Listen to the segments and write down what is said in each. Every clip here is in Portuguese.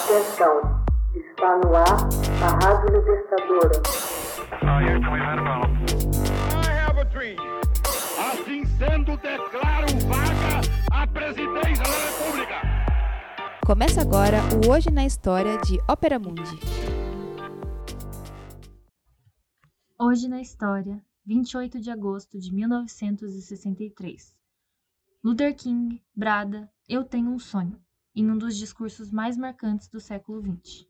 Atenção, está no ar a Rádio Libertadora. Assim sendo, declaro vaga a presidência da República. Começa agora o Hoje na História de Ópera Mundi. Hoje na História, 28 de agosto de 1963. Luther King brada "Eu tenho um sonho", em um dos discursos mais marcantes do século XX.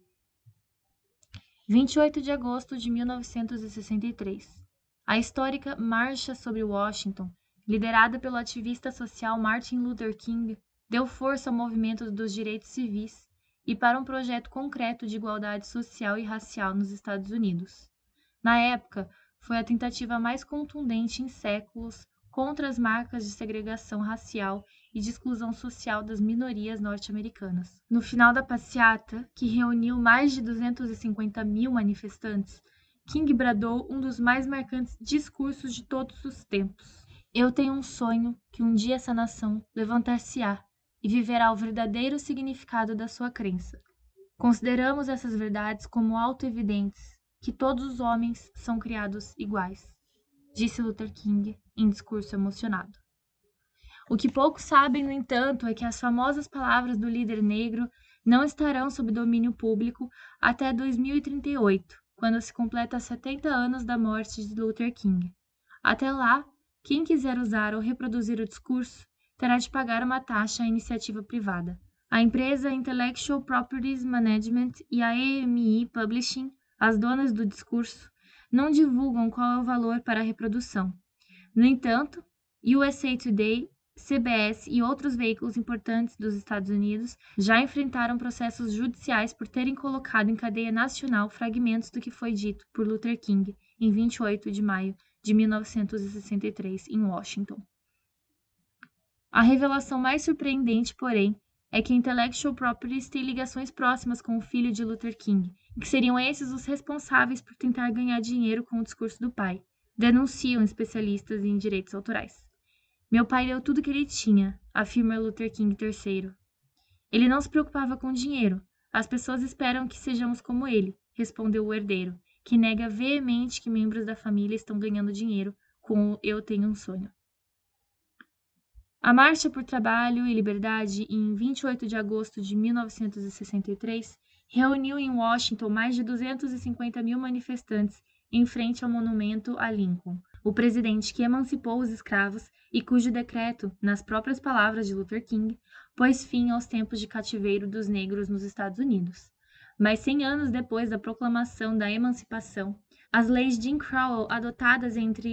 28 de agosto de 1963. A histórica Marcha sobre Washington, liderada pelo ativista social Martin Luther King, deu força ao movimento dos direitos civis e para um projeto concreto de igualdade social e racial nos Estados Unidos. Na época, foi a tentativa mais contundente em séculos contra as marcas de segregação racial e de exclusão social das minorias norte-americanas. No final da passeata, que reuniu mais de 250 mil manifestantes, King bradou um dos mais marcantes discursos de todos os tempos. "Eu tenho um sonho que um dia essa nação levantar-se-á e viverá o verdadeiro significado da sua crença. Consideramos essas verdades como auto-evidentes, que todos os homens são criados iguais", disse Luther King em discurso emocionado. O que poucos sabem, no entanto, é que as famosas palavras do líder negro não estarão sob domínio público até 2038, quando se completa 70 anos da morte de Luther King. Até lá, quem quiser usar ou reproduzir o discurso terá de pagar uma taxa à iniciativa privada. A empresa Intellectual Properties Management e a EMI Publishing, as donas do discurso, não divulgam qual é o valor para a reprodução. No entanto, USA Today, CBS e outros veículos importantes dos Estados Unidos já enfrentaram processos judiciais por terem colocado em cadeia nacional fragmentos do que foi dito por Luther King em 28 de maio de 1963, em Washington. A revelação mais surpreendente, porém, é que Intellectual Properties tem ligações próximas com o filho de Luther King, e que seriam esses os responsáveis por tentar ganhar dinheiro com o discurso do pai, denunciam especialistas em direitos autorais. "Meu pai deu tudo que ele tinha", afirma Luther King III. "Ele não se preocupava com dinheiro. As pessoas esperam que sejamos como ele", respondeu o herdeiro, que nega veemente que membros da família estão ganhando dinheiro com o "Eu tenho um sonho". A Marcha por Trabalho e Liberdade, em 28 de agosto de 1963, reuniu em Washington mais de 250 mil manifestantes em frente ao monumento a Lincoln, o presidente que emancipou os escravos e cujo decreto, nas próprias palavras de Luther King, pôs fim aos tempos de cativeiro dos negros nos Estados Unidos. Mas 100 anos depois da proclamação da emancipação, as leis Jim Crow, adotadas entre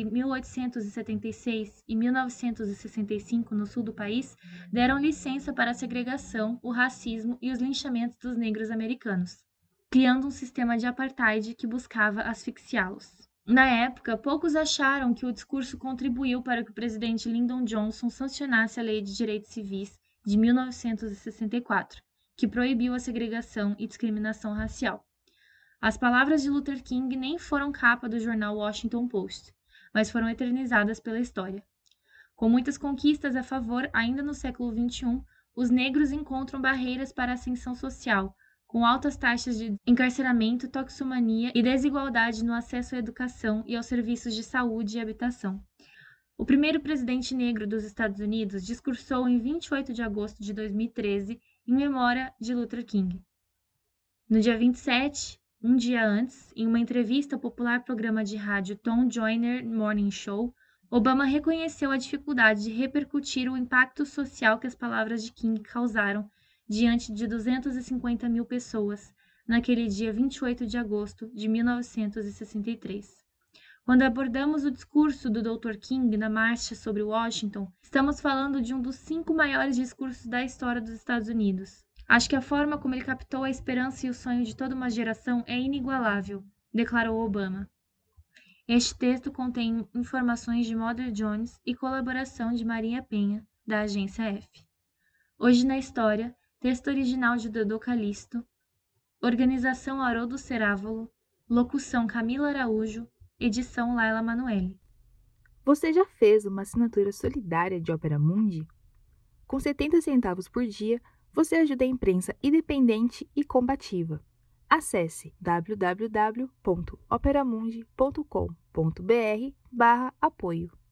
1876 e 1965 no sul do país, deram licença para a segregação, o racismo e os linchamentos dos negros americanos, criando um sistema de apartheid que buscava asfixiá-los. Na época, poucos acharam que o discurso contribuiu para que o presidente Lyndon Johnson sancionasse a Lei de Direitos Civis de 1964, que proibiu a segregação e discriminação racial. As palavras de Luther King nem foram capa do jornal Washington Post, mas foram eternizadas pela história. Com muitas conquistas a favor, ainda no século XXI, os negros encontram barreiras para a ascensão social, com altas taxas de encarceramento, toxicomania e desigualdade no acesso à educação e aos serviços de saúde e habitação. O primeiro presidente negro dos Estados Unidos discursou em 28 de agosto de 2013, em memória de Luther King. No dia 27, um dia antes, em uma entrevista ao popular programa de rádio Tom Joyner Morning Show, Obama reconheceu a dificuldade de repercutir o impacto social que as palavras de King causaram diante de 250 mil pessoas, naquele dia 28 de agosto de 1963. Quando abordamos o discurso do Dr. King na Marcha sobre Washington, estamos falando de um dos 5 maiores discursos da história dos Estados Unidos. "Acho que a forma como ele captou a esperança e o sonho de toda uma geração é inigualável", declarou Obama. Este texto contém informações de Mother Jones e colaboração de Maria Penha, da Agência F. Hoje na História, texto original de Dodô Calixto, organização Haroldo Cerávolo, locução Camila Araújo, edição Laila Manoeli. Você já fez uma assinatura solidária de Ópera Mundi? Com 70 centavos por dia, você ajuda a imprensa independente e combativa. Acesse www.operamundi.com.br/apoio.